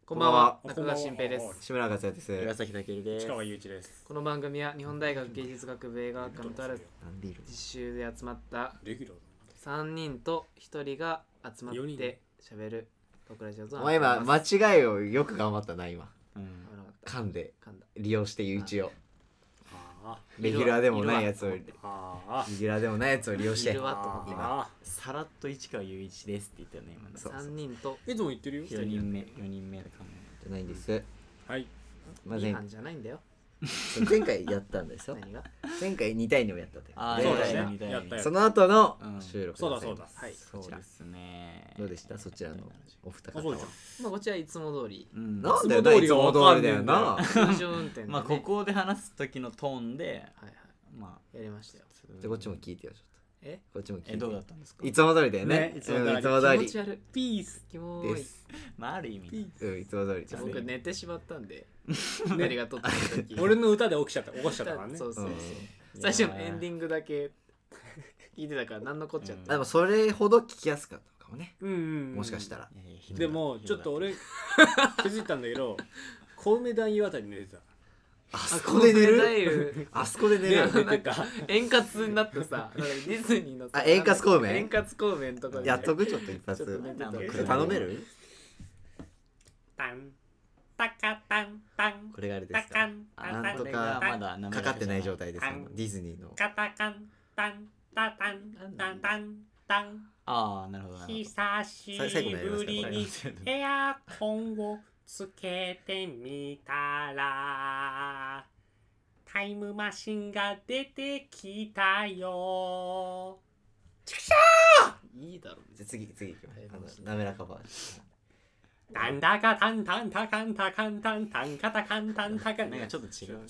こんばんは、 こんばんは中川新平です。 志村和也です。 岩崎健です。 市川雄一です。 この番組は日本大学芸術学部映画学科のとある実習で集まったレギュラー 3人と1人が集まって喋るトークラジオとお前今間違いをよく頑張ったな今。噛んで噛んだ利用してゆういちをあレギュラーでもないやつをいるレギあュラーでもないやつを利用しているわと思って今さらっと市川雄一ですって言ったよね今。 そう 3人といつも言ってるよ。 4人目で考じゃないんです。 はい。 まあ違反じゃないんだよ。 前回やったんですよ。 何が前回2対2をやったというあそうだ前回ね。やったよ。 その後のうん収録そうだそうだ。 はいそうですね。 どうでしたそちらのお二方はあそうでしょ。 まあこちらいつも通りうんなんだよないつも通りだよな。 通常運転で、ね、 まあここで話す時のトーンではいはいまやりましたよ。 あでこっちも聞いてよちょっえとこっちも聞いてどうだったんですか。 いつも通りだよねねいつも通りうんいつも通り気持ち悪い。 ピース。 キモいで。すまあある意味ねいつも通りです僕寝てしまったんで二人が撮ってる時俺の歌で起きちゃったからね。 そうそうそう、 うん最初のエンディングだけ聞いてたから何のこっちゃって、 でもそれほど聞きやすかったのかもねうんうん。 もしかしたらいやいやひどいでもちょっと俺気づいたんだけど、小梅男優あたりに寝てた。 あそこで寝るるあそこで寝ねる寝てた。 円滑になったさなんかディズニーのさあ円滑孔明円滑孔明のとこでやっとくちょっと一発ちょっと寝てたこれ頼めるタンタカタンタンこれがあれですかタカンなんとこれがかまだ滑らかかってない状態ですあディズニーのカタカンタンタタンタンタンタン。 ああなるほどなるほど。 久し最後のやりますかぶりにエアコンをつけてみたらタイムマシンが出てきたよ。 いいだろじゃあ次行きます滑らかバージタンタカタンタンタカンタカンタンタンカタカンタンタカン。 なんかちょっと違う。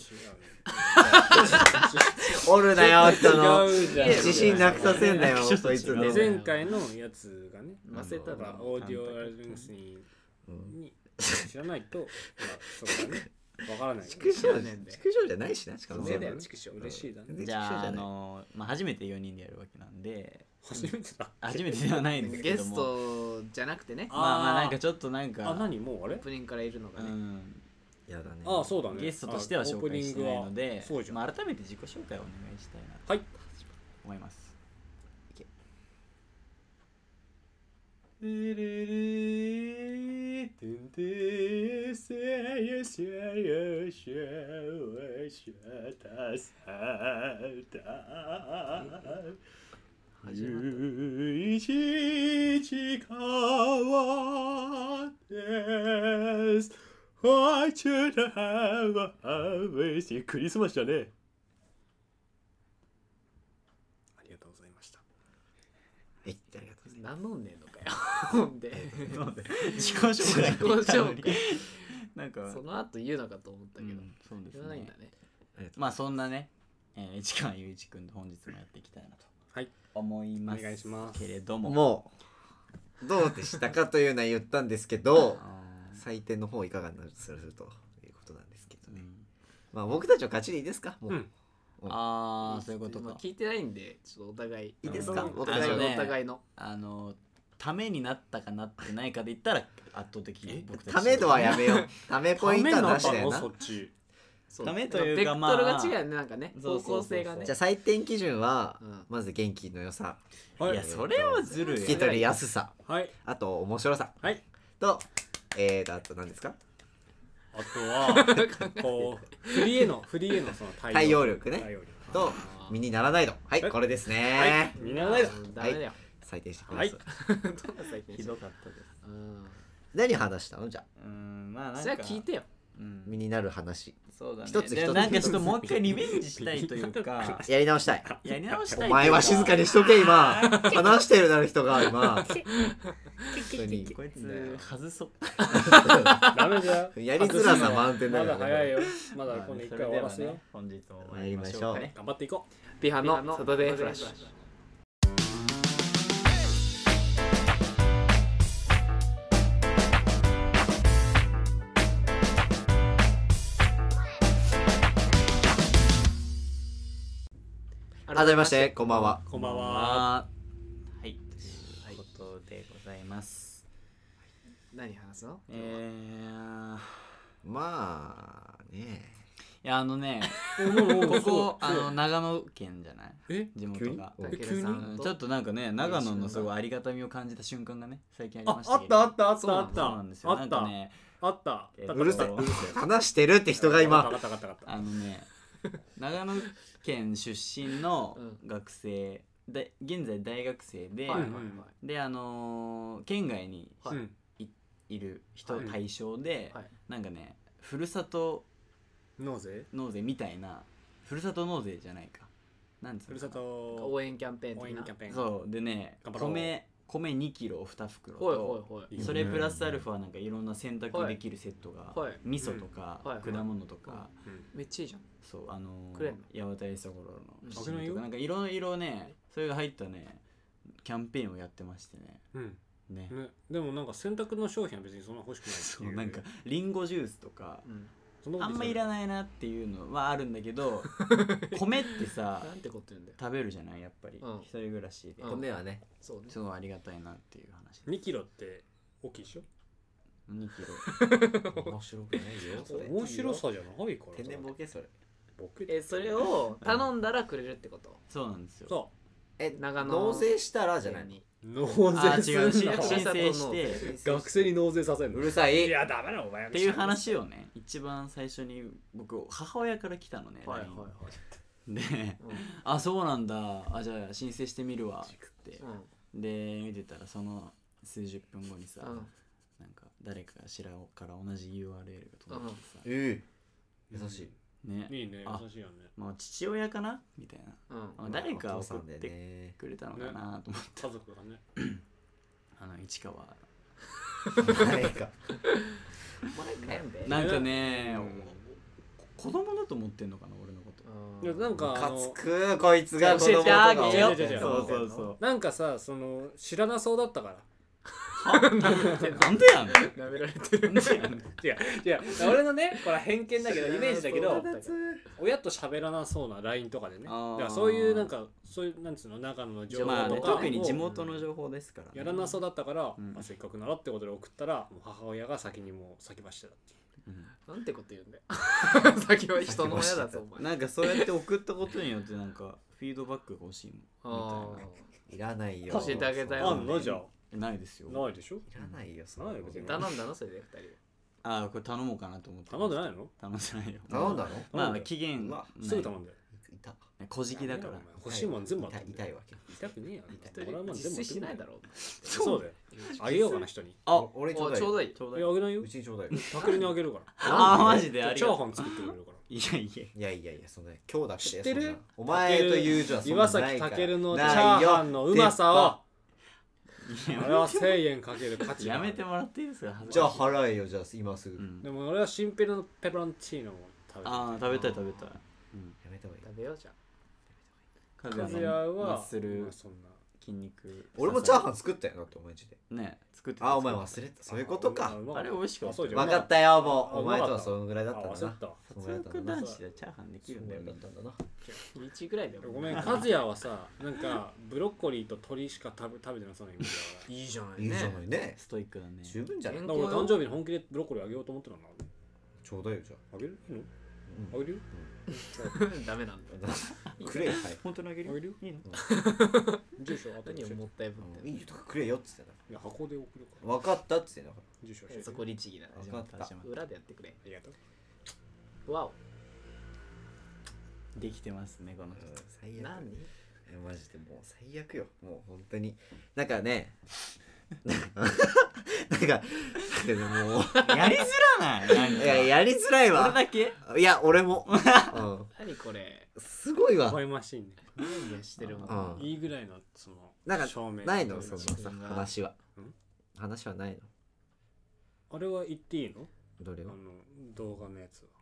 ョンおるなよ人の違うじゃん。 自信なくさせんなよそいつので前回のやつがね、 忘れただろオーディオアルバムスに知らないと、まあそうだね。わからない。 畜生知らねえんだよじゃないしなしかもそうだよ畜生嬉しいだね。 全然じゃあ畜生じゃないまあ初めて4人でやるわけなんで初めてだ。 初めてではないんですけゲども。 ストじゃなくてねまあまあなんかちょっとなんかあ、何もうあれオー？プニングからいるのがね、 うんやだねああ、そうだね。 ゲストとしては紹介してないのでそうじゃん。 まあ改めて自己紹介をお願いしたいなとはい。 思います。 クリスマスだね。ありがとうございました。 ありがとうございま名乗んねえのかよほんで自己紹介自己紹介なんかその後言うのかと思ったけど、 そうです言わないんねだね。 すまあそんなね市川雄一君と本日もやっていきたいなとはい。 思いますお願いしますけれどももうどうでしたかというのは言ったんですけどあ採点の方いかがなするということなんですけどねーうんまあ僕たちの勝ちでいいですかもううんあーそういうことかまあ聞いてないんでちょっとお互いいいですかお互いのあのねお互いのためになったかなってないかで言ったら圧倒的に僕たちためとはやめようためポイントはなしだよなそっち。 そうダメというかベクトルが違うよねなんかねそうそうそうそう方向性がねじゃあ採点基準はうんまず元気の良さはいやそれはずるい聞き取りやすさはい。 あと面白さはい。 とあと何ですかあとはこう振りへのその対応力ね対応力と身にならないのはいはいこれですはいね。 見習いだ。 ダメだよ、 採点してくだはいさいどんな採点ひどかったですうん何話したのじゃあまあなんかそれは聞いてようん身になる話そうだね一つ一つでなんかちょっともう一回リベンジしたいというかやり直したいやり直したいというかお前は静かにしとけ今話してるだろ人が今本当にこいつ外そうダメだよ。 やりづらさ満点だよまだ早いよ。まだまあ今度一回それでは終わらせよね。本日も参りましょうかね頑張っていこピハのサタデーフラッシュ改めましてこんばんはう。こんばんは。 はいということでございます何話すの？ まあねいやねここ長野県じゃないえ地元がたけるさんとちょっとなんかね長野のすごいありがたみを感じた瞬間がね最近ありあましたけどあったあったあっそうなのたあったそうなんですよあったなんかねあったうるさい話してるって人が今分かった長野県出身の学生で現在大学生で、 はいはいはい。 で県外にはいうんいる人はい対象で、 はいなんかねふるさと納税納税みたいなふるさと納税じゃないかなんつうのふるさと応援キャンペーン的な応援キャン。ペーンそうでね頑張ろう米2キロを2袋ほいとほいほい。 いいよそれプラスアルファなんかいろんな選択できるセットが、 はい味噌とか、 うんはい果物とか、 うんめっちゃいいじゃん。 そうくれんの八幡屋三郎うんの七味とかなんかいろいろねそれが入ったねキャンペーンをやってましてねうんねねでもなんか選択の商品は別にそんな欲しくないってそうなんかリンゴジュースとかうん。 あんまいらないないなっていうのはあるんだけど米ってさなんてこと言うんだよ。 食べるじゃないやっぱり、 うん一人暮らしで、 うん米はねそうね。 すごいありがたいなっていう話 2キロって大きいでしょ 2キロ面白くないよそれ面白さじゃないから天然ボケそれボケそれを頼んだらくれるってこと？ そうなんですよそ長野納税したらじゃないに。 う納あ税違う申するの請して学生に納税させるのうるさいいやダメだお前っていう話をね一番最初に僕母親から来たのね、 はいはい LINE はい。 であそうなんだじゃあ申請してみるわっつってうんで見てたらその数十分後にさ、 うんなんか誰かしらから同じ URL が届いてさ、 優しいねいいねあ優しいよねまあ父親かなみたいなうん。 あ誰かお父さんで送ってねくれたのかなと思って、 家族がね市川誰かなんかね、 うん子供だと思ってんのかな俺のこといやなんかかつくこいつが教えてあげよう違うそうそうそうなんかさその知らなそうだったからなんでやん舐められてる。 なんでやん違う俺のねこれ偏見だけどイメージだけど知らなそう親と喋らなそうな LINE とかでねだあーからそういうなんかそういうなんつうの中の情報まあねとか特に地を元の情報ですからね、 やらなそうだったから、 うんまあ、せっかくならってことで送ったらもう母親が先にもう先走ってたっていうなんてこと言うんだよ。先は人の親だぞお前。 なんかそうやって送ったことによってなんかフィードバックが欲しいあいらないよ教えてあげたよあんのじゃないですよないでしょいらないよそないよ別に頼んだのそれで二人。 ああこれ頼もうかなと思って頼んでないの頼んでないよ頼んだのまあ期限うわすぐ頼んでいた小じきだからやめろお前欲しいもん全部あった痛いわけ痛くねえよ一俺はもう全部人実践しないだろ。 そうだよあげようかな人にあ俺ちょうだいちょうどいい。 ちょうだいあげないようちにちょうだいたけるにあげるからあーマジでありがとうチャーハン作ってくれるからいやいやいやそんな今日だって知ってるそんなお前というじゃそんな岩崎ないからたけるのチャないよーハンのうまさをいや俺は1000円かける価値があるやめてもらっていいですかじゃあ払えよじゃあ今すぐうんでも俺はシンプルのペペロンチーノを食べてああ食べたい食べたいやめた方がいい食べようじゃん。 和和也也のはマッスルまあそんな筋肉俺もチャーハン作ったよだってお前んちでね作ってあお前忘れたそういうことかあれ美味しかったそうじゃん分かったよもうあお前とうまかったはそのぐらいだったんだなあ忘れたそのぐらいだったんだな男子でチャーハンできるんだよそうだったんだな 1ぐらいだよ。 ごめん和也はさなんかブロッコリーと鶏しか食べてなそうなイメージだからいいじゃないいいじゃないねストイックだね十分じゃない健だから俺誕生日に本気でブロッコリーあげようと思ってたんだちょうだいよじゃあげるいいのああげるよダメなんだよ。 くれよはい本当にあげるあげるよいいの住所後で何を教えてもったいぶっていいよとかくれよっつっていや箱で送るかた分かったっつってんだから住所教えてそこ律儀だね。 分かった裏でやってくれ。 ありがとうわできてますねこの人ら最悪何？ マジでもう最悪よもう本当になんかねなんかでももうやりづらないなんかいややりづらい俺わだけいや俺も、 何これ？ すごいわ微笑ましいねニヤニヤしてるもん。 うんいいぐらいのそのなんか照明ないのそのさ自分が話はん話はないのあれは言っていいのどれを動画のやつは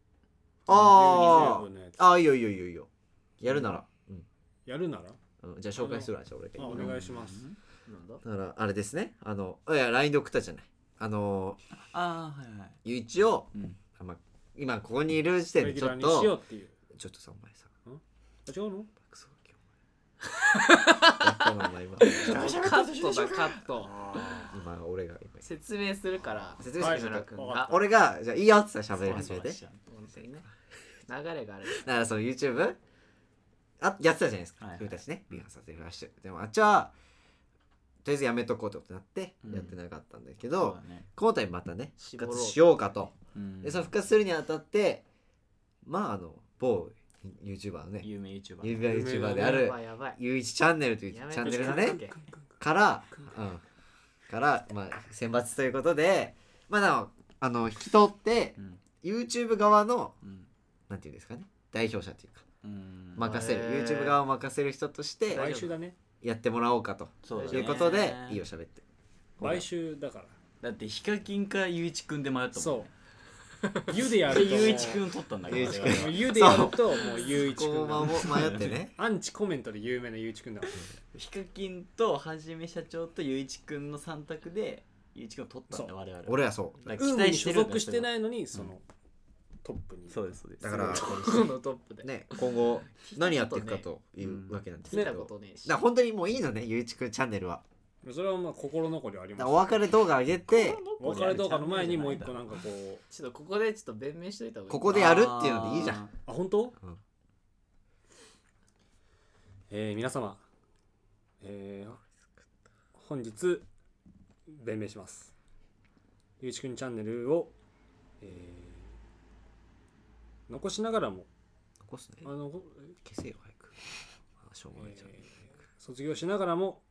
あ YouTube のやつあいいよいいよいいよいいよやるならやるならじゃあ紹介するわじゃあ俺があお願いしますなんだ？ だからあれですねいや LINE で送ったじゃないああはいはいゆういちをうんまあ今ここにいる時点レギュラーでちょっにしようとっていうちょっとさお前さあ違うのクソガキお前やったなお前今カットだカット。 今まあ俺が今説明するから説明して木村君が俺がじゃあいいよって言ったら喋り始めて。 本当にね流れがあるだからその YouTube やってたじゃないですか、 はいはい君たちね、ビーファンサスでフラッシュ。でもあっちはとりあえずやめとこうってことになってうんやってなかったんだけそど、 うだね今回またね絞ろう復活しようかと。 うんでその復活するにあたってまあ某 YouTuber のね有名 YouTuber 有名 YouTuber であやるばいやばいゆういちチャンネルというチやめャンネルのやめねからまあ選抜ということでまあ引き取ってうん YouTube 側のうんなんていうんですかね代表者というかうん任せるへー YouTube 側を任せる人として買収だね。 やってもらおうかとそうだねいうことでいいよ喋って買収だから。 だってヒカキンかゆういちくんで迷ったもんねそう。ゆでやると。 でゆういちくん取ったんだけどゆういちくん我々はゆでやるともうゆういちくんだ。 こう迷ってねアンチコメントで有名なゆういちくんだ。 ヒカキンとはじめ社長とゆういちくんの3択でゆういちくんを取ったんだそう我々は俺はそうだからウームに所属していないのにそのトップに。 そうですそうですだからこのトップでね今後何やっていくかというわけなんですけど見たことねえしだから本当にもういいのねゆういちくんチャンネルはそれはまあ心残りはあります。 お別れ動画上げてお別れ動画の前にもう一個なんかこう。 ちょっとここでちょっと弁明しといた方がいいここでやるっていうのでいいじゃんあ、本当？ うん皆様、本日弁明します。ゆういちくんチャンネルを、残しながらも残すねあの、 消せよ早くしょうもないじゃん卒業しながらも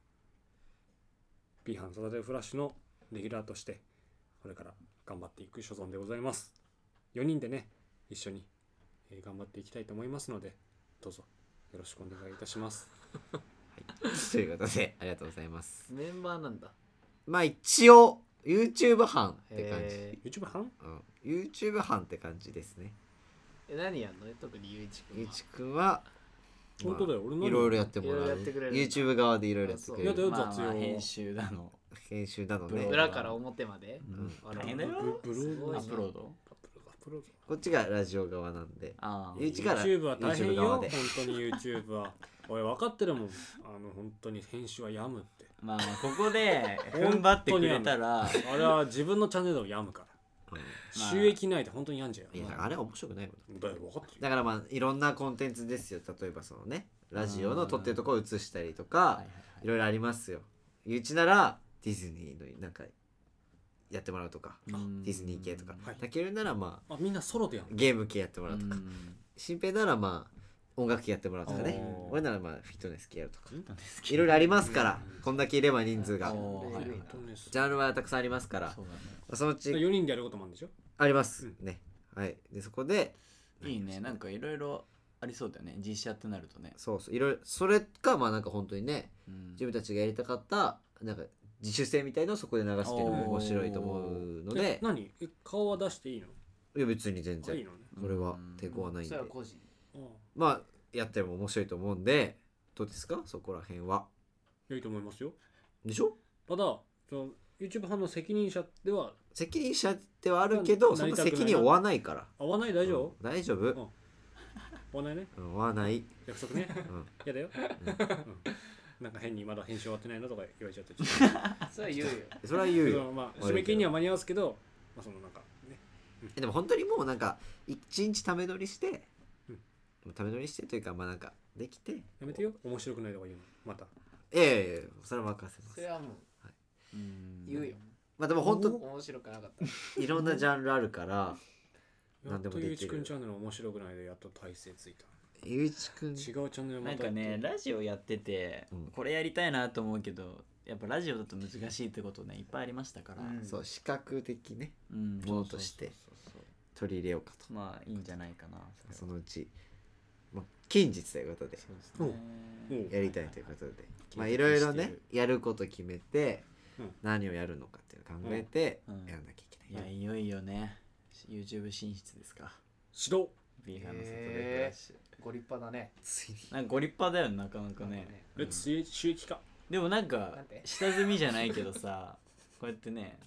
B 班サタデーフラッシュのレギュラーとしてこれから頑張っていく所存でございます。4人でね一緒に、頑張っていきたいと思いますのでどうぞよろしくお願いいたします。 ということでありがとうございますメンバーなんだまあ一応 YouTube 班って感へじ、 YouTube 班 YouTube 班って感じですね何やんの特にゆういちくんはゆういちくんは本当だよ俺何いろいろやってもらいろいろやうってくれるんだ YouTube 側でいろいろやってくれやだるよ雑用編集だの編集なのねブログ裏から表までうんあら大変だよブログアップロードアップロードこっちがラジオ側なんでああゆういちから YouTube は大変 YouTube よ本側で当に YouTube はおい分かってるもん本当に編集はやむってまあまあここで踏ん張ってくれたらあれは自分のチャンネルをやむからうんまあ収益ないで本当にやんじゃういよやあれは面白くないもんだよ分かってるよだからまあいろんなコンテンツですよ例えばそのねラジオの撮ってるとこを映したりとかはいはいはいいろいろありますよゆういちならディズニーのなんかやってもらうとかうんディズニー系とかはいたけるならまあみんなソロでやんゲーム系やってもらうとかうん新平ならまあ音楽系やってもらうとかねおー俺ならまあフィットネス系やるとかなんですけどいろいろありますからこんだけいれば人数がおーはいはいはいジャンルはたくさんありますからそうだねそのうち 4人でやることもあるんでしょありますねはいでそこでいいねなんかいろいろありそうだよね実写ってなるとねそうそういろいろそれかまあなんか本当にねうん自分たちがやりたかったなんか自主性みたいのをそこで流すっていうのも面白いと思うので何顔は出していいのいや別に全然いいのねそれは抵抗はないんでそれは個人まあやっても面白いと思うんでどうですかそこら辺はいいと思いますよでしょただその YouTube 班の責任者では責任者ではあるけどその責任を負わないから合わない大丈うん大丈夫ん合わないねうん負わない約束ねうんやだよなんか変にまだ編集終わってないのとか言われちゃってそれは言うよそれは言うよまあ締め切りには間に合わすけどまあそのなんかねでも本当にもうなんか一日ため撮りしてうんため撮りしてというかまあなんかできてやめてよ面白くないとか言うのまたそれは任せますそれはもううん言うよまあでも本当面白くなかったいろんなジャンルあるから何でもできるやっとゆういちくんチャンネル面白くないでやっと体勢ついたゆういちくん違うチャンネルまたなんかねラジオやっててうんこれやりたいなと思うけどやっぱラジオだと難しいってことねいっぱいありましたからうんそう視覚的ねうんものとしてそうそうそう取り入れようかとまあいいんじゃないかなそのうちまあ近日ということでそうですねうんやりたいということでまあ計いろいろ画してねやること決めてうん何をやるのかっていうのを考えてうんやらなきゃいけないいやいよいよね YouTube 進出ですか指導 B 班の外でフラッシュご立派だねついになんかご立派だよねなかなかねレッツ収益化でもなんかなんて下積みじゃないけどさこうやってね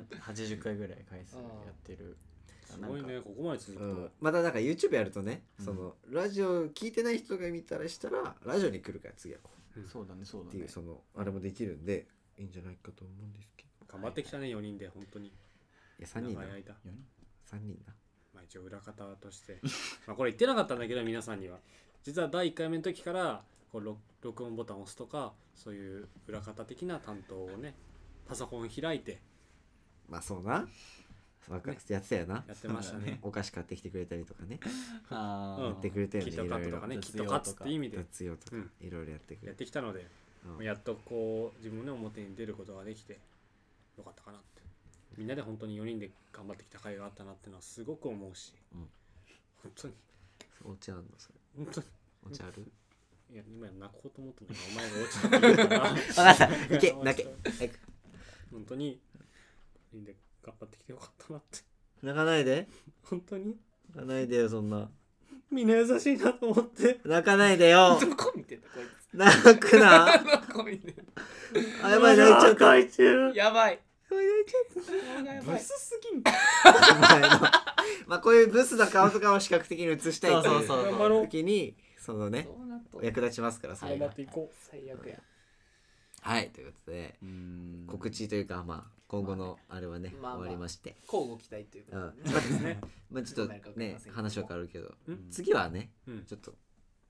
80回ぐらい回数やってるすごいねここまで続くと、 うんまたなんか YouTube やるとねうんそのラジオ聞いてない人が見たらしたらラジオに来るから次はこうそうだねそうだねっていうそのあれもできるんでいいんじゃないかと思うんですけど頑張ってきたね4人で本当に。 いや3人だ長い間 3人だ。 まあ一応裏方としてまあこれ言ってなかったんだけど皆さんには実は第1回目の時からこう録音ボタンを押すとかそういう裏方的な担当をねパソコン開いてまあそうな、やってたよな。 やってましたね。 お菓子買ってきてくれたりとかね、 あうんやってくれたよね。 キットカットとかねキットカツって意味で雑用とかいろいろやってくやっれて、 てきたので、 うんやっとこう自分の表に出ることができてよかったかなって。みんなで本当に4人で頑張ってきた甲斐があったなっていうのはすごく思うし、 うん本当にお茶あんのそれ。 本当にお茶ある？ いや今泣こうと思ったんだけどお前が落ちたって言うから分かった。いけ泣け。早く本当に4人で頑張ってきてよかったなって泣かないで。 本当に泣かないでよそんな。 みんな優しいなと思って泣かないでよ。 どこ見てんだこいつ。 泣くな。 どこ見てんだ。 あ、やばい泣いちゃった。 泣いてるやばい。 あブスすぎんお前のまあこういうブスな顔とかを視覚的に映したいっていうそう頑張ろう時にそのねそうなっと役立ちますからそれが頑張っていこ最悪や。 はいということで告知というかまあ今後のあれはねまあまあ終わりまして交互期待というか、 うんうですねまあちょっとどうなるかわかりねませんけど話は変わるけどうん次はねうんちょっと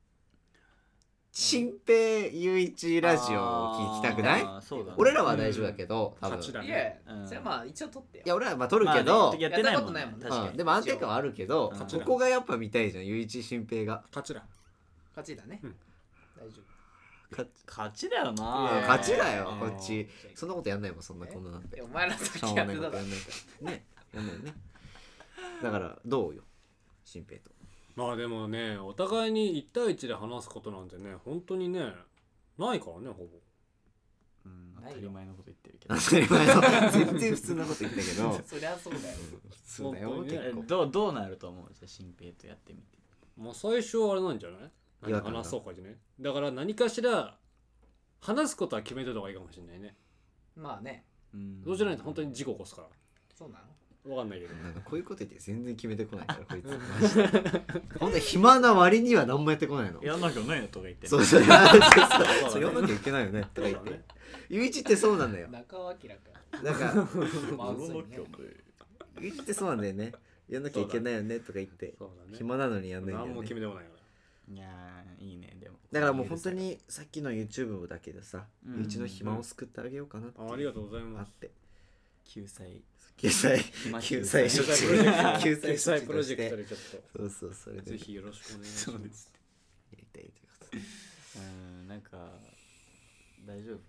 新平雄一ラジオを聞きたくない？ そうだね俺らは大丈夫だけど多分勝ちだいや、 うんそれはまあ一応取ってよ。 いや俺らはまあ撮るけまどあやってないもんやったことないもんね確かにでも安定感はあるけどうんここがやっぱ見たいじゃん雄一新平が勝ちだ勝ちだね。 うん大丈勝ちだよいなや勝ちだようんこっちそんなことやんないもんそんなこんななん夫。 ていやお前らさしょうっきやってただろもないことやんないからねやんないよねだからどうよ新平とまあでもねお互いに1対1で話すことなんてね本当にねないからねほぼ当たり前のこと言ってるけど当たり前の全然普通なこと言ったけどそりゃそうだよ。 普通だよ本当にね結構どうなると思うじゃあ新平とやってみてもう最初はあれなんじゃない違和感が話そうかじゃねだから何かしら話すことは決めといた方がいいかもしれないねまあね、 そうじゃないと本当に事故起こすからそうなの。 分かんないけどなんかこういうこと言って全然決めてこないからこいつマジでほんと暇な割には何もやってこないのやんなきゃねとか言ってそうそうそうやんなきゃいけないよねとか言ってそうだねゆういちってそうなんだよ中尾明か。 なんかまあ、そうね。 ゆういちってそうなんだよねやんなきゃいけないよねとか言ってそうだね暇なのにやんないんだ何もよね決めてこないかいやーいいねでもだからもう本当にさっきの YouTube だけでさ、 うんうちの暇を救ってあげようかなってらありがとうございますあって救済救済暇救済救処済置プロジェクト救済プロジェク救済処置としてトでちょっそうそうそれでとぜひよろしくお願いしますやりたいということでなんか大丈夫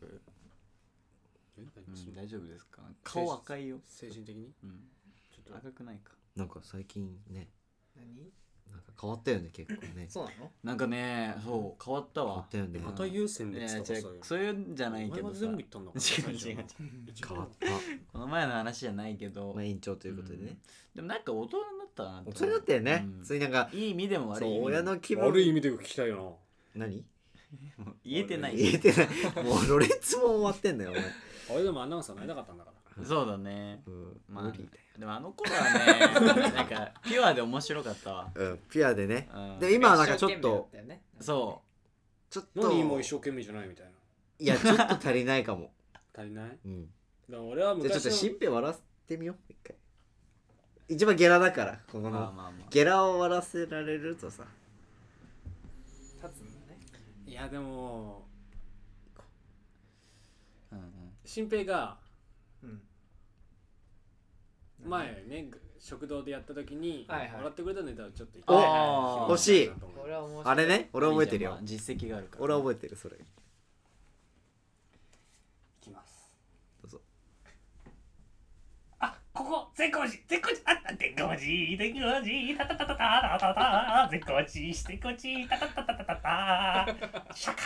大丈夫ですか顔赤いよ精神的にうんちょっと赤くないかなんか最近ね何なんか変わったよね結構ねそうなの。 なんかねそう変わったわ変わったよねまた優先でいや違う言ってたかそういうんじゃないけどさお前が全部言ったんだから違う違う違う変わっこの前の話じゃないけたどまあ延長ということでねでもなんか大人になったなと思う大人になったよねうん普通になんかいい意味でも悪い意味でもそう親の気分悪い意味で聞きたいよ何もう言えてない言えてないもうロレッツも終わってんだよお前なあれでもアナウンサーなりたかったんだからそうだねうんまあ無理だよでもあの頃はねなんかピュアで面白かったわうんピュアでねうんでも今はなんかちょっ一生懸命だとたよね。 そちょっと何もう一生懸命じゃないみたいないやちょっと足りないかも足りないうんだから俺はじゃあちょっと昔の新平笑わせてみよう一回一番ゲラだからここうまあのまあまあゲラを笑わせられるとさ立つんだね。 いやでもうん新平がうん。 前ね食堂でやった時にはいはい笑ってくれたネタをちょっとおあー欲しいこれは面白い。 あれね俺覚えてるよいいじゃんまあ実績があるから俺は覚えてるそれいきますどうぞあ、ここ、絶好寺、絶好寺、あ、絶好寺、絶好寺、タタタタタタタタ、絶好寺、絶好寺、タタタタタタタ、シャカ。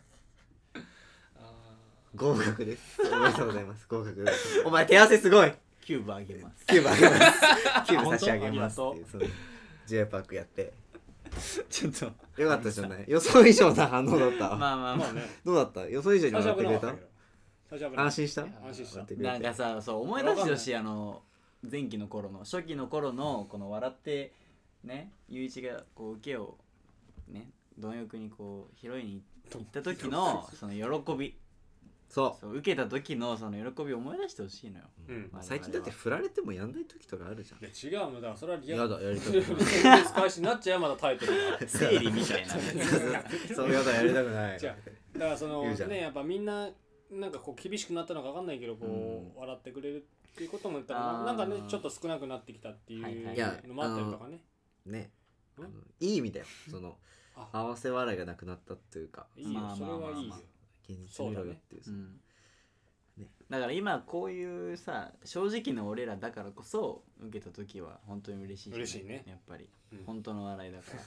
合格ですおめでとうございます合格ですお前手汗すごいキューブあげますキューブあげますキューブ差し上げます本っていうその J パークやってちょっとよかったじゃない予想以上な反応だったまあまあままあねどうだった予想以上に最初笑ってくれたは危なかったけど最初は危なかった安心した安心した笑ってくれてなんかさそう思い出してほしい前期の頃の初期の頃のこの笑ってねゆういちがこう受けをね貪欲にこう拾いに行った時のその喜びそう受けた時のその喜びを思い出してほしいのよ。 うん最近だって振られてもやんない時とかあるじゃん。 で違うのだからそれはリアやルだやりたくない返しになっちゃうまだタイトルが生理みたいな。 そうやだやりたくない。 じゃだからその言うじゃんねやっぱみんななんかこう厳しくなったのか分かんないけどこう笑ってくれるっていうことも言ったらあーなんかねちょっと少なくなってきたっていうはいはいいやのもあったりとかねねんいい意味だよ。そのあ合わせ笑いがなくなったっていうかいいよそれはいいよ現実見ろよっていうう。んねだから今こういうさ正直な俺らだからこそ受けた時は本当に嬉しいじゃない嬉しいねやっぱり、 うん本当の笑いだから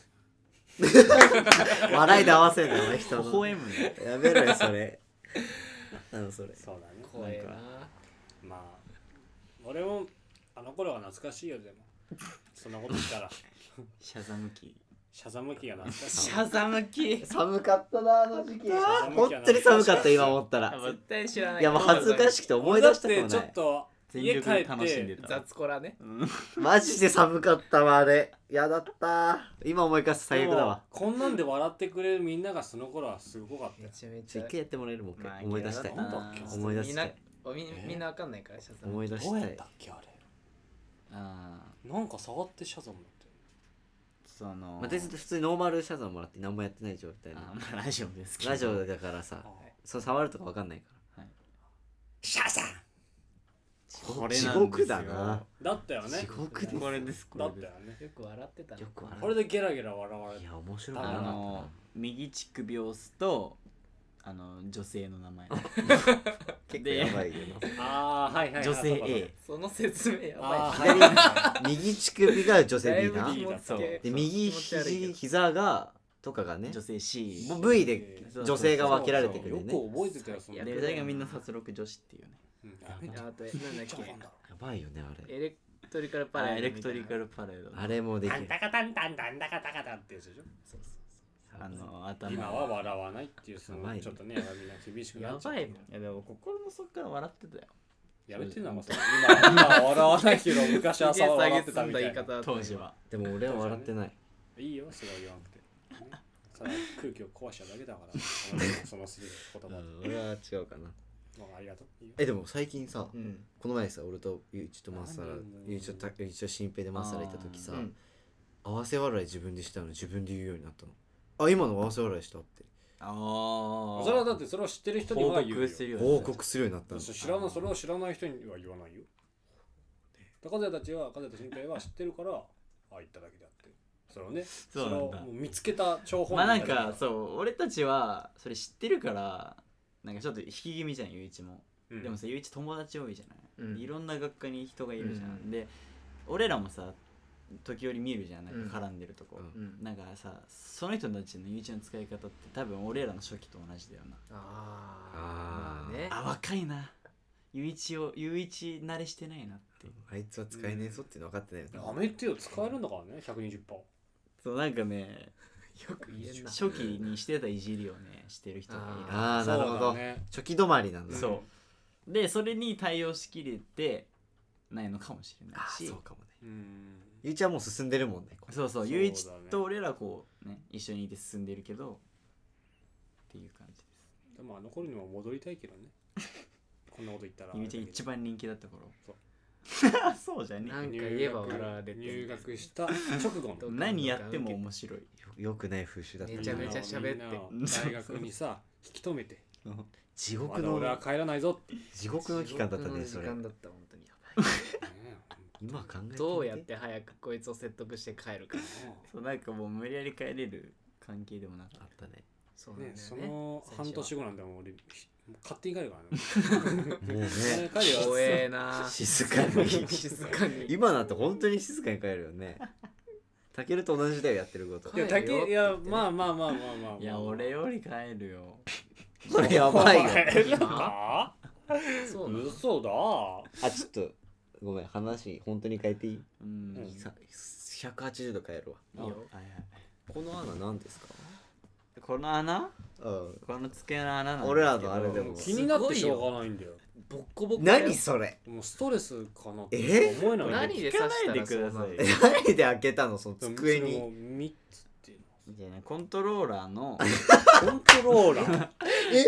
笑いで合わせるのお前人微の。 笑むね。 やめろよそれ。それ。 そうだね怖えなまあ俺もあの頃は懐かしいよでもそんなことしたらシャザムキシャザムキが懐かしいシャザムキ寒かったなあの時期。 寒本当に寒かった今思ったら。 絶対知らないいやもう恥ずかしくて思い出したくも俺だってちょない。 っと家帰っ楽しんでてた。 雑コラねマジで寒かったわあれ。やだった。今思い返すと最悪だわ。 こんなんで笑ってくれるみんながその頃はすごかっためよちゃめちゃ一回やってもらえるもん一まあ回思い出したい嫌だったな思い出したいみんなわかんないからシャザム思い出しどうやたいったっけあれあなんか触ってシャザムだってそのまあ、普通にノーマルシャザムもらって何もやってない状態であまあラジオですけどラジオだからさそう触るとかわかんないかシャザムらこれ地なんですよ獄だなだったよね地獄ですこれですこだれですったよねよく笑ってたよく笑これでゲラゲラ笑われていや面白くなあかったな右乳首を押すと女性の名前結構やばいよああはいはいはい女性そうかそうか A その説明やばいあー左右乳首が女性 B なだいぶ気持ちそう悪いで右気持ち悪いけど膝がとかがね女性 C V で女性が分けられてくるねよく覚えてたよそんなでそれがみんな殺戮女子っていうねうんやめてあとなんだっけやばいよねあれエレクトリカルパレードエレクトリカルパレードあれもできるタンタカタンタンタンタカタカタンってやつでしょ頭今は笑わないっていうそのやばいねちょっとねみんな厳しくなっちゃうやばいもんいやでも心の底から笑ってたよやめてんのかそれ今は笑わないけど昔はすげえ笑って下げつんだたみたいな言い方だった当時はでも俺は笑ってないいいよそれは言わなくてねそれは空気を壊しちゃうだけだからそのする言葉俺は違うかなありがとういいよでも最近さうんこの前さ俺とゆういちとマッサラ何ゆういちとゆういちと新平でマッサラ行った時さうん合わせ笑い自分でしたの自分で言うようになったのあ今の合わせ笑いしたってああそれはだってそれを知ってる人には言うよするよ報告するようになったのそれを知らない人には言わないよ高谷たちは高谷と新平は知ってるからああ言っただけであってそれをねそうなんだれをもう見つけた張本まあなんみたいかそう俺たちはそれ知ってるからなんかちょっと引き気味じゃんゆういちも、 うんでもさゆういち友達多いじゃない、 うんいろんな学科に人がいるじゃん、 うんで俺らもさ時折見るじゃんなんか絡んでるとこ、 うんうんなんかさその人たちのゆういちの使い方って多分俺らの初期と同じだよなあーまあねあ若いなゆういち慣れしてないなってあいつは使えねえぞっていうの分かってないよやめてよ使えるんだからね120% そうなんかねよく言えんな初期にしてたいじりをねしてる人がいるああなるほどそうだね初期止まりなんだそうでそれに対応しきれてないのかもしれないあーしそうかもねうんゆういちはもう進んでるもんねそうそうだねゆういちと俺らこうね一緒にいて進んでるけどっていう感じですでもあの頃にも戻りたいけどねこんなこと言ったらゆういちが一番人気だった頃そうそうじゃねなんか言えば笑われて入学した直後の何やっても面白いよくない風習だっためちゃめちゃ喋ってみんなを大学にさ引き止めて地獄のまだ俺は帰らないぞって地獄の期間だった地獄のねそれ時間だった本当にやばい今考えてみてどうやって早くこいつを説得して帰るかそうなんかもう無理やり帰れる関係でもなかっあったねそうなんねそだよねの半年後なんだもん俺勝手に帰るからねもうね帰るよ怖えな静かに静かに今なんて本当に静かに帰るよねたけると同じだよやってること帰るよいや竹いやまあまあまあまあまあたいや俺より帰るよこれやばいよ帰るかそうなの嘘だあちょっとごめん話本当に変えていいうんうんさ180度変えるわいいよはいはいこの穴何ですかこの穴うんこの机の穴なんですけど俺らのあれでも気になってしょうがないんだよボッコボコだよ何それもうストレスかなってえ思えない何で刺したらそうなの聞かないでくださ何で開けたのその机に 3つっていうじゃあねコントローラーののコントローラー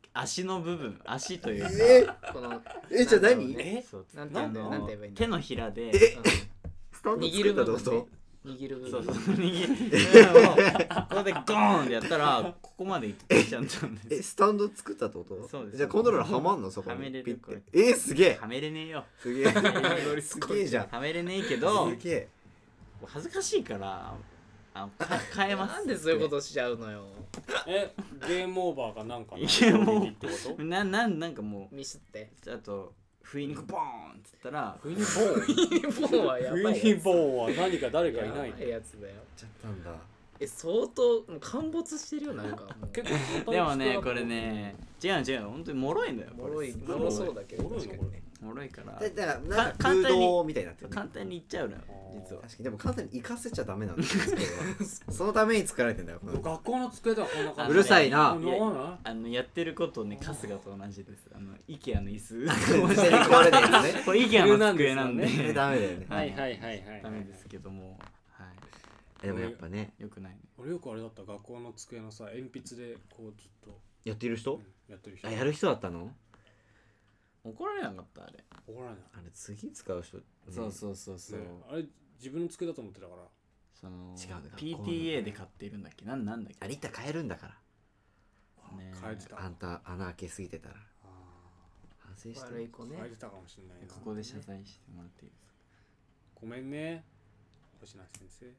足の部分、足というか、 このじゃあ何そうなんて言うんだよなんて言えばいいんだ手のひらで、 スタンド握る部分作ったってこ握る部そう分そう握るここでゴーンってやったらここまでいっちゃったんとです。 スタンド作ったってことそうですじゃあコントローラーはまんのそこにはめれるピッこれてすげえはめれねえよ。 すげえすげえじゃんはめれねえけどすげえ恥ずかしいから変えます。 なんでそういうことしちゃうのよゲームオーバーかなんかのゲームオーってことなんかもミスってうあと不意にボーンっつったらフィニボーンフォンはやフばいやつィニボーンは何か誰かいないやばいやつだよちゃったんだ相当もう陥没してるよなんかもう結構でもねこれね違う本当に脆いんだよ。 もろいこれもろそうだけど脆いの確かにね脆いからだからなんか簡空単に洞みたいになってるね簡単にいっちゃうのよ実は。 確かにでも簡単に行かせちゃダメなんだよそのために作られてんだよこの学校の机とはこんな感じうるさいなやってることね春日と同じです。IKEA の椅子自然に壊れないやつねこれ IKEA の机なんでえダメだよねはいはいはいはいダメですけども、はでもやっぱねい、よくないね。 俺よくあれだった学校の机のさ鉛筆でこうずっとやってる人やってる人あやる人だったの怒られなかったあれ。 怒られないあれ次使う人ねそうそうそうそう。 ねあれ自分の机だと思ってたからその違うんだ PTA で買っているんだっけなんだっけあれ一旦変えるんだからね変えてたあんた穴開けすぎてたらあ反省して悪い子ね変えてたかもしれないなここで謝罪してもらっていいですか。 ごめんね星名先生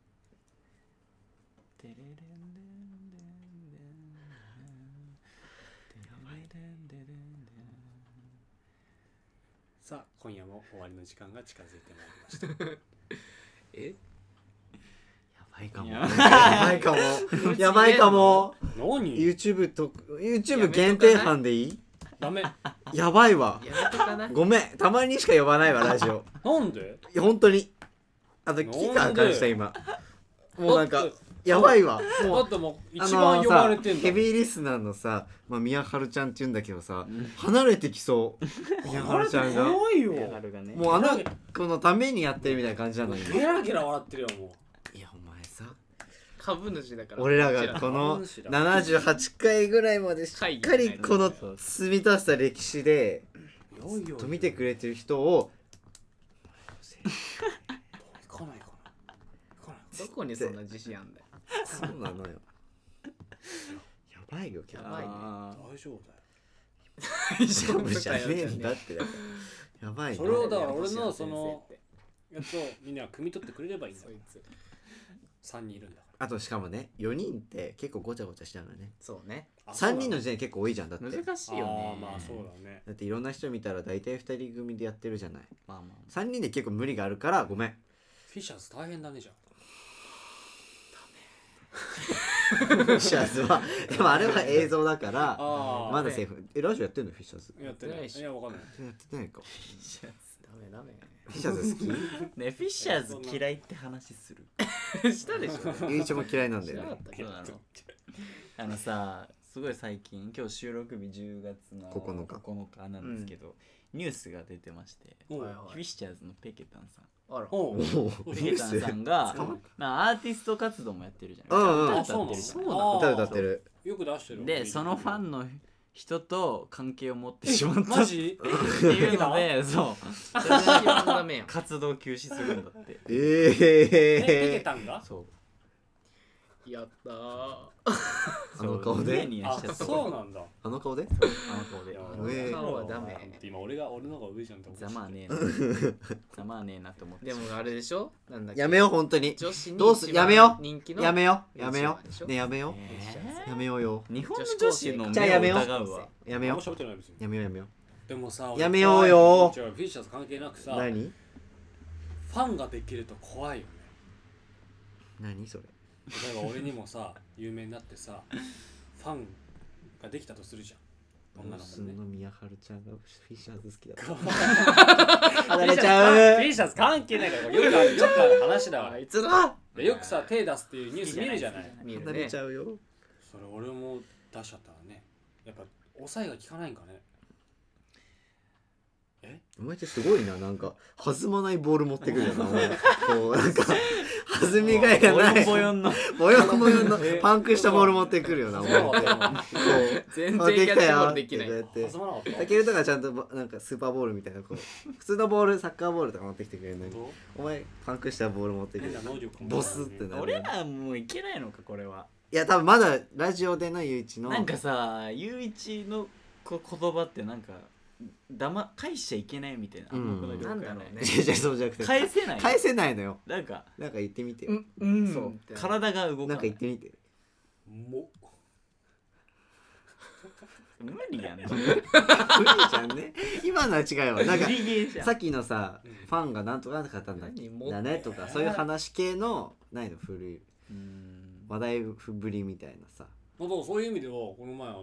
テレレンデンデンデンテレレンデンデンさあ今夜も終わりの時間が近づいてまいりましたえやばいかもややばいかもやばいかも何 YouTube 限定班でいいダメやばいわやめとかないごめんたまにしか呼ばないわラジオなんでいや本当にあと期間感じた今もうなんかやばいわもうだってもう一番呼ばれてんだヘビーリスナーのさ、宮春ちゃんって言うんだけどさ、離れてきそう宮春ちゃんが怖いよ春がねもうあの子のためにやってるみたいな感じなのにゲラゲラ笑ってるよもいやお前さ株主だから俺らがこの78回ぐらいまでしっかりこの積み立てた歴史でういよいよと見てくれてる人を行かないかな行かないどこにそんな自信あんだよそうなのよやばいよ今日やばいね大丈夫だよ大丈夫じゃねえんだってだからやばいねそれをだから俺のそのやつをみんなが汲み取ってくれればいいんだよそいつ 3人いるんだかあとしかもね4人って結構ごちゃごちゃしちゃうのねそうねら 3人の時点で結構多いじゃんだって難しいよね。 あーまあそうだねだっていろんな人見たら大体2人組でやってるじゃないまあ 3人で結構無理があるからごめんフィッシャーズ大変だねじゃフィッシャーズはでもあれは映像だからあまだセーフラジオやってんのフィッシャーズやってないいやわかんないやってないかダメダメフィッシャーズ好ねフィッシャーズ嫌いって話する。 したでしょきゆういちも嫌いなんだ知らよねなかったけどさすごい最近今日収録日10月の 9日 9日なんですけど、ニュースが出てましておうはいはいフィッシャーズのペケタンさんあらおうペケタンさんが捕まっまあアーティスト活動もやってるじゃうんうんない歌ってるじゃない歌歌ってるよく出してるでそのファンの人と関係を持ってしまったマジっていうのでそうそれ一番ダメやん活動休止するんだってペケえタンがそうやったーあの顔でニヤニヤしちゃったそうなんだあの顔であの顔で顔はダメ今俺の方が上じゃんって思ってざまあねえなざまあねえなと思ってでもあれでしょなんだっけやめよう本当に女子にどうす一番やめよう人気のやめようやめよでしょうねやめようやめようよ日本の女子のじゃあやめよう目を疑うわやめよ何も喋ってない別にうやめようやめよでもさやめようよ違うフィッシャーズ関係なくさう何ファンができると怖いよね何それ例えば俺にもさ有名になってさファンができたとするじゃん女の子すねの宮春ちゃんがフィッシャーズ好きだった離れちゃうフィッシャーズ関係ないからよくある話だかあいつだらよくさ手出すっていうニュース見るじゃない見る離れねちゃうよそれ俺も出しちゃったらねやっぱ抑えが効かないんかねお前ってすごいななんか弾まないボール持ってくるよなお前こうなんか弾みがいがないボヨンのボヨンボヨンのパンクしたボール持ってくるよなお前全然キャッチボールできない。 こうやって挟まなかったたけるとかちゃんとなんかスーパーボールみたいなこう普通のボールサッカーボールとか持ってきてくれるのにお前パンクしたボール持ってくる変な能力もボスってなる俺らもういけないのかこれは。 いや多分まだラジオでのゆういちのなんかさゆういちの言葉ってなんか返しちゃいけないみたいな暗黙の了解なんだろうね違う違うそうじゃなくて返せない返せないのよなんかなんか言ってみてよそう体が動かなんかない言ってみても無理やん無理じゃんね今のは違うわなんか無理ゲーじゃんさっきのさファンがなんとか買ったんだ何もだねとかそういう話系のないの古い話題ぶりみたいなさだからそういう意味ではこの前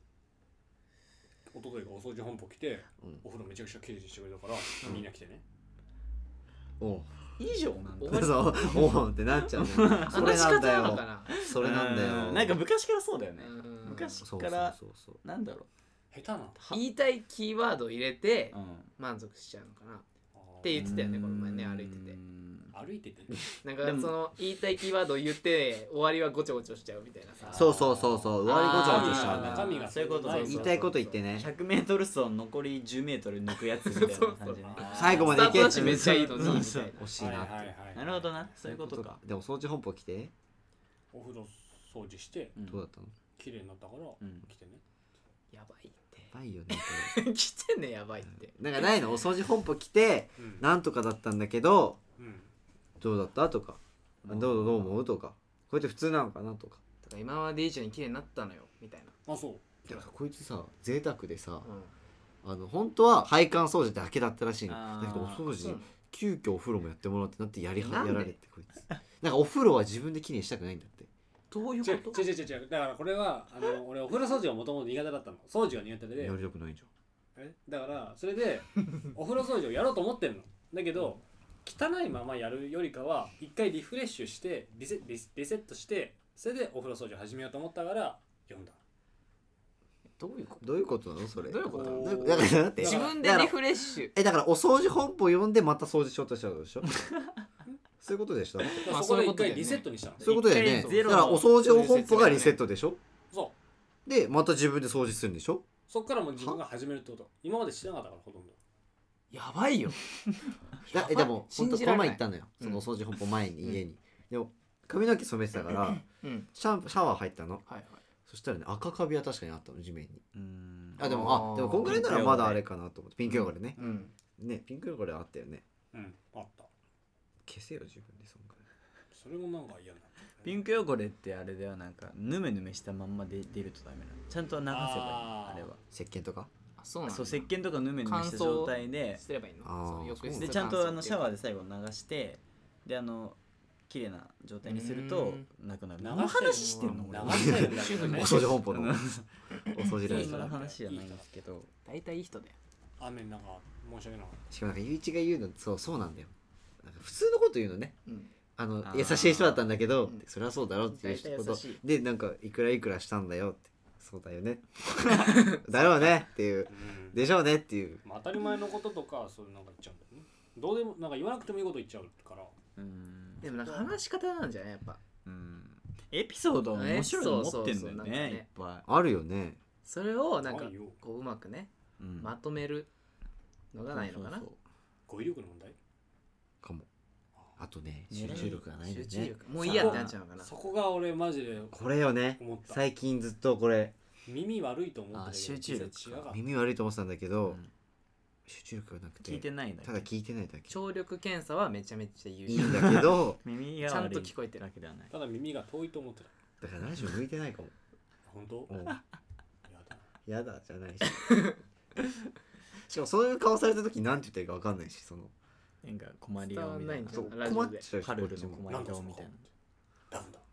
一昨日がお掃除本舗来て、お風呂めちゃくちゃ綺麗にしてくれたから、みんな来てねお以上なんだそうおーってなっちゃうねそれなんだ話し方なよのかな。 それなんだよなんか昔からそうだよねうん昔そうからそうそうそうなんだろ下手な言いたいキーワードを入れてう満足しちゃうのかなって言ってたよねこの前ね歩いてて。 歩いててなんかでもその言いたいキーワードを言って終わりはごちょごちょしちゃうみたいなさ。 そうそうそうそう終わりごちょごちょしちゃう中身がそういうことない言いたいこと言ってね 100m 走残り 10m 抜くやつみたいな感じね最後までいけスタートダッシュめっちゃいいのにみたいな。 惜しいなってなるほどなそういうことかでも掃除本舗来てお風呂掃除してどうだったの綺麗になったからうん来てねやばいって。 やばいよねこれ来てんねやばいって。 なんかないのお掃除本舗来てなんとかだったんだけどどうだったとかどう思うとかこうやって普通なのかなとかとか今まで以上に綺麗になったのよみたいな。 あそうでもさこいつさ贅沢でさうん本当は配管掃除だけだったらしいのあーだけどお掃除そう急遽お風呂もやってもらうってなってやなんでられてこいつなんかお風呂は自分できれいにしたくないんだってどういう違うこと？ 違う違う違うだからこれは俺お風呂掃除がもともと苦手だったの掃除が苦手でやりたくないじだからそれでお風呂掃除をやろうと思ってるのだけど汚いままやるよりかは一回リフレッシュしてリセットしてそれでお風呂掃除を始めようと思ったから読んだどういうこゃんどういうことなのそれどういうことどういうことだからだってと？自分でだからリフレッシュ。 だからお掃除本舗読んでまた掃除しようとしちゃうでしょそういうことでしょまあそこで一そういうことだよね回リセットにしたのそういうことだよね一回ゼロだからお掃除本舗がリセットでしょそうでまた自分で掃除するんでしょそっからもう自分が始めるってこと今までしてなかったからほとんどやばいよ。 でも本当この信じられない前行ったのよそのお掃除本舗前に家にでも髪の毛染めてたからうん。 シャワー入ったのはいはい。 そしたらね赤カビは確かにあったの地面にうんでもこんぐらいならまだあれかなと思ってピンク汚れねうん。 ねピンク汚れあったよねうんあった消せよ自分でそんぐらいそれもなんか嫌なピンク汚れってあれではなんかヌメヌメしたまんまで出るとダメなのちゃんと流せばいいあーあれは石鹸とかあそうなんだ。 そう石鹸とかヌメヌメした状態ですればいいの。 あーそう浴室でちゃんとシャワーで最後流してで綺麗な状態にするとなくなる流してる何の話してんの俺流してるんだけどおね掃除本舗のお掃除ライそんブな話じゃないんですけど大体いい人だよ。 雨なんか申し訳なかっしかもなんかゆういちが言うのそうなんだよなんか普通のこと言うのねうん。 ー優しい人だったんだけどうんそれはそうだろうっていう大体こと優しいでなんかいくらいくらしたんだよってそうだよねだろうねっていうたでしょうねっていうまあ当たり前のこととかそういうなんか言っちゃうんだよねどうでもなんか言わなくてもいいこと言っちゃうからうんでもなんか話し方なんじゃないやっぱ。 うんエピソード面白いの持ってんだよそうそうそうなんかねねいっぱあるよねそれをなんかないよこううまくねいうんまとめるのがないのかなそう。そう語彙力の問題かもあとねね集中力がないんだ集よね中力もういいやってなっちゃうのかな。 そこが俺マジでこれよね思った最近ずっとこれ耳悪いと思ってたけどあ集中力か実は違かった耳悪いと思ってたんだけどうん集中力がなくて聞いてないだけただ聞いてないだけ聴力検査はめちゃめちゃ優いいん秀。 だけど耳がちゃん悪いと聞こえてるだけではないただ耳が遠いと思ってただからラジオ向いてないかも本当うんやだやだじゃないししかもそういう顔された時なんて言ってるか分かんないしそのなんか困り伝わ顔みたいなんないんじゃそうないラジオで。 困っちゃうしパルルこっちもの困り顔みたいななんだ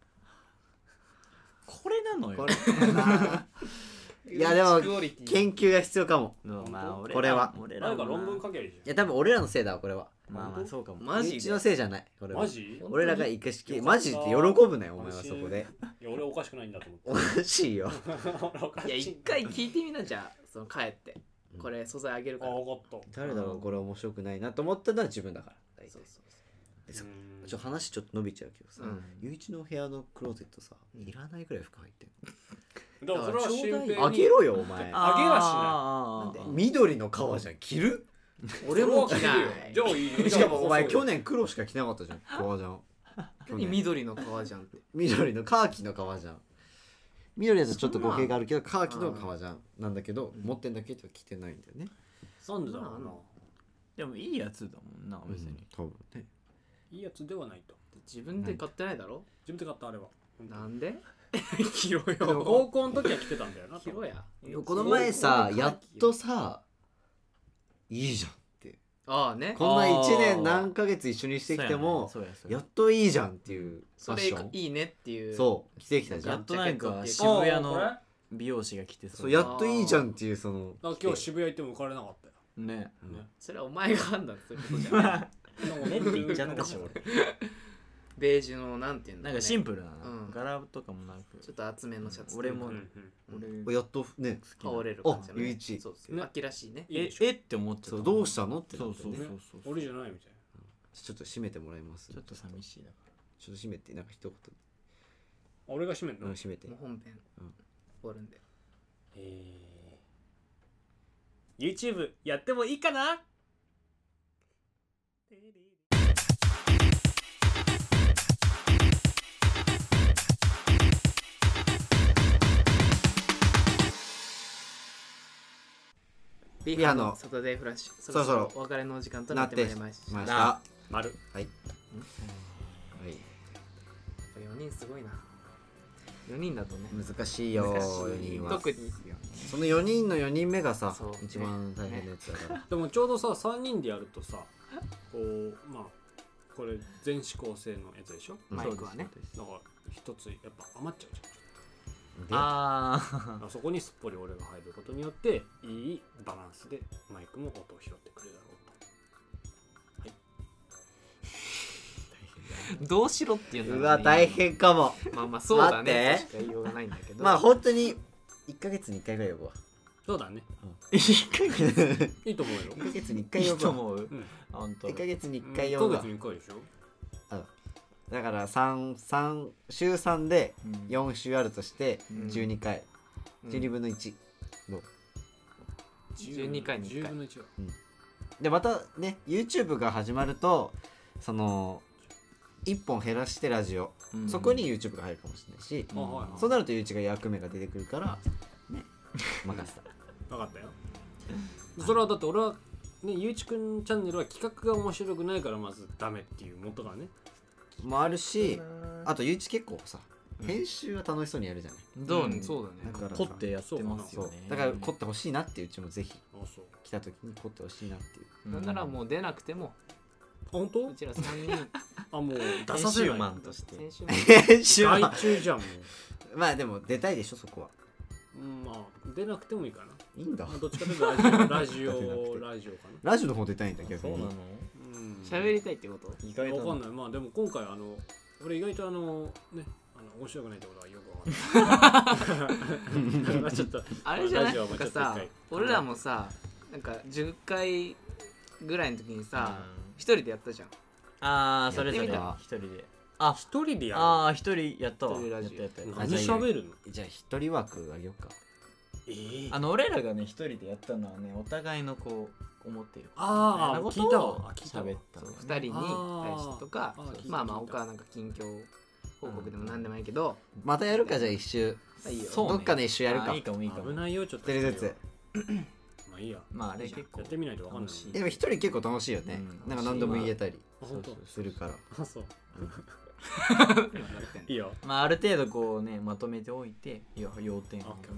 これなのよこれいやでもクオリティ研究が必要かもまあ俺らこれは俺らもな誰か論文書けばいいじいや多分俺らのせいだわこれはまあまあそうかもマジでうちのせいじゃないこれはゃんマジ俺らが生かしきマジって喜ぶなよお前はそこでいや俺おかしくないんだと思っておかしいよ俺おかしいや一回聞いてみなじゃあその帰ってうんこれ素材あげるから。 あ分かった誰だろうこれ面白くないなと思ったのは自分だから大体そうそう話ちょっと伸びちゃうけどさ、 うんゆういちの部屋のクローゼットさ、いらないぐらい服入ってんだからそれは新平にの。あげろよお前。 あげはしない緑の革じゃん着る？ 俺も着ない。 じゃあいいよ。 しかもお前去年年黒しか着なかったじゃん革じゃん。 何緑の革じゃんって。 緑のカーキの革じゃん。緑だとちょっと語弊があるけどカーキの革じゃんなんだけど、持ってんだけど着てないんだよね。 なんでだろうな。 でもいいやつだもんな別に、 多分ね。 いいやつではないと。 自分で買ってないだろ。 自分で買ったあれは。 なんで？着ろでもよ。 高校の時は着てたんだよな。 着ろや。 この前さやっとさいいじゃんってああね。 こんな1年何ヶ月一緒にしてきてもそうやそうややっといいじゃんっていうフそれァッションいいねっていう。 そう着てきたじゃんやっとなんかジャケット渋谷これの美容師が来てそうやっといいじゃんっていうそのだから今日渋谷行っても浮かれなかったよ。 ねそれはお前が判断することじゃない。 ねって言っちゃったし俺ベージュのなんていうんだろうね。 なんかシンプルな、 うん柄とかもなくちょっと厚めのシャツ。 俺もうん俺やっとね羽織れる感じのね。 あゆういちそうそう。 ね秋らしいね。 えって思っちゃったそうどうしたのってなそうってねそうそうそう俺じゃないみたいちょっと締めてもらいますちょっと寂しいだかちょっと締めてなんか一言な。俺が閉めんの。 締めてもう本編うん終わるんで。 YouTube やってもいいかな。 ビハのサタデーフラッシュ。そろそろお別れのお時間となってまいりました。 ましたやっ丸。 はいぱ4人すごいな。4人だとね。 難しいよ難しい 4人は特にその4人の4人目がさそう一番大変なやつだからでもちょうどさ3人でやるとさこうまあこれ全指向性のやつでしょ。 マイクはね。 だから一つやっぱ余っちゃうじゃん。 ああそこにすっぽり俺が入ることによっていいバランスでマイクも音を拾ってくれるだろうと。 どうしろっていうんだろうわ大変かもまあまあそうだね。 待ってしか言いようがないんだけど。 まあ本当に1ヶ月に1回ぐらい呼ぶわそうだね。 1 いいと思うよ。 ヶ月に1回いい呼ぶわと思ううん。 本当 1ヶ月に1 1 回呼ぶわヶ月に1回でしょ。 だから週3でうん 4週あるとしてうん 12回うん 12分の1の 12回に1回 10分の1は。 でまたね YouTube が始まるとその1本減らしてラジオうんそこに YouTube が入るかもしれないしあはいはいそうなるとゆういちが役目が出てくるからね任せた分かったよ。それはだって俺はねゆういちくんチャンネルは企画が面白くないからまずダメっていう元がね。 もあるしあとゆういち結構さ編集は楽しそうにやるじゃないどううんそうだねだから凝ってやってますそうよねだから凝ってほしいなっていううちもぜひあそう。 来た時に凝ってほしいなっていうなんならもう出なくても本当う？ちら3人あもう出編させない。 集マンとして先週も編集は外注じゃんもう。 まあでも出たいでしょそこはうんまあ出なくてもいいかな。 いいんだまあどっちかというとラジオかな。 ラジオの方出たいんだけどそうなのうん。 喋りたいってこと？ 意外だなわかんない。まあでも今回俺意外とね面白くないってことはよくわかんない。だからちょっとあれじゃない？ ラジオなんかさはちょっと一回俺らもさなんか10回ぐらいの時にさ一人でやったじゃん。 ああそれぞれやってみ一人であ一人でやる。 ああ一人やったわ一人ラジオやった何喋るの？ じゃあ一人枠あげようか俺らがね一人でやったのはねお互いのこう思っているああ聞いたわ。聞いたわ。 喋ったのそうね 2人に対してとかあー聞いたまあまあ聞いた他はなんか近況報告でも何でもいいけどまたやるかじゃあ一周いいよ。 そうねどっかで一周やるかあいいかもいいかも危ないよちょっと。 一人ずつまあいいや。 まああれ結構やってみないとわかんない。 楽しいでも一人結構楽しいよねうんなんか何でも言えたりあ本当。 するからあそう。 やってんのいいよ。 まあある程度こうねまとめておいて要点をオッケーオッケー。わかっ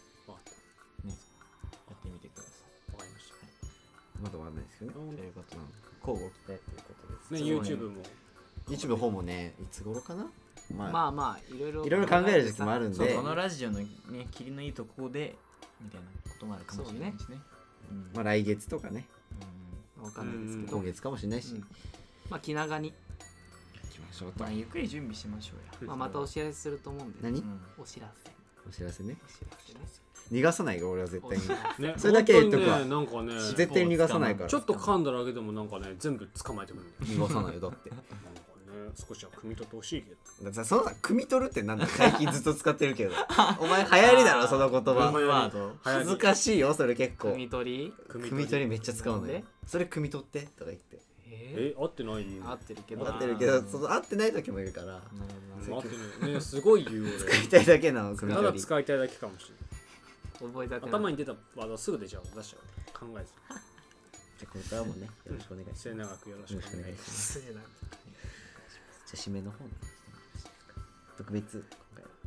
やってみてくださた。わかりました。 まだ終わらないですけどねいということ交互期待ということですねすごい YouTube も YouTube の方もねいつ頃かなままあまあいろいろいろいろ考える時もあるんでそうこのラジオのね切りのいいとこでみたいなこともあるかもしれないしねうんまあ来月とかねわかんないですけど今月かもしれないしうんまあ気長に行きましょうとまあゆっくり準備しましょうやまあまたお知らせすると思うんで何うんお知らせお知らせねお知らせね逃がさないよ俺は絶対にねそれだけ言っとくわ本当にねなんかね絶対に逃がさないからちょっと噛んだだけでもなんかね全部捕まえてくるんだよ逃がさないよだってなんかね少しは汲み取ってほしいけどだってさそのさ汲み取るってなんだ最近ずっと使ってるけどお前流行りだろその言葉ワード恥ずかしいよそれ結構汲み取り汲み取りめっちゃ使うのよなんでそれ汲み取ってとか言って合ってない合ってるけど合ってるけどその合ってない時もいるからなる合ってないねすごい言う使いたいだけなの汲み俺ただ取り使いたいだけかもしれない覚えたて頭に出たワードすぐ出ちゃう出しちゃう考えずじゃあこれからもねよろしくお願いします末永くよろしくお願いします失礼なじゃあ締めの方ね特別今回は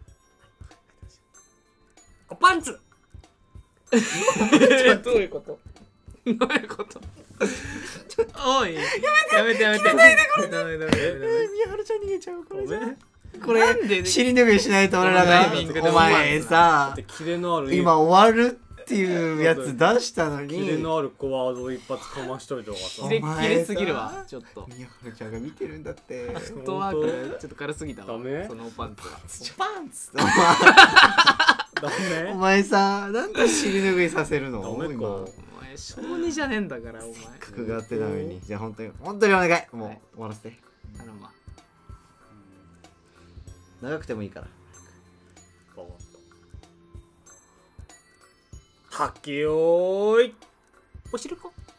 おパンツどういうことどういうことおいやめてやめてやめてこれダメ宮原ちゃん逃げちゃうこれじゃねこれ尻拭いしないと俺らがタイミングでお前ださってキレのある今終わるっていうやつ出したのキレにのあるコワードを一発かましといた方がさキレお前キレすぎるわちょっと宮原ちゃんが見てるんだってフットワークちょっと軽すぎたわダメそのパンツはパンツダメお前さなんで尻拭いさせるのダメか今お前小児じゃねえんだからお前格があってたのにじゃあ本当にお願いもうはい終わらせて頼むわ長くてもいいからわかったはっけよーいおしるこ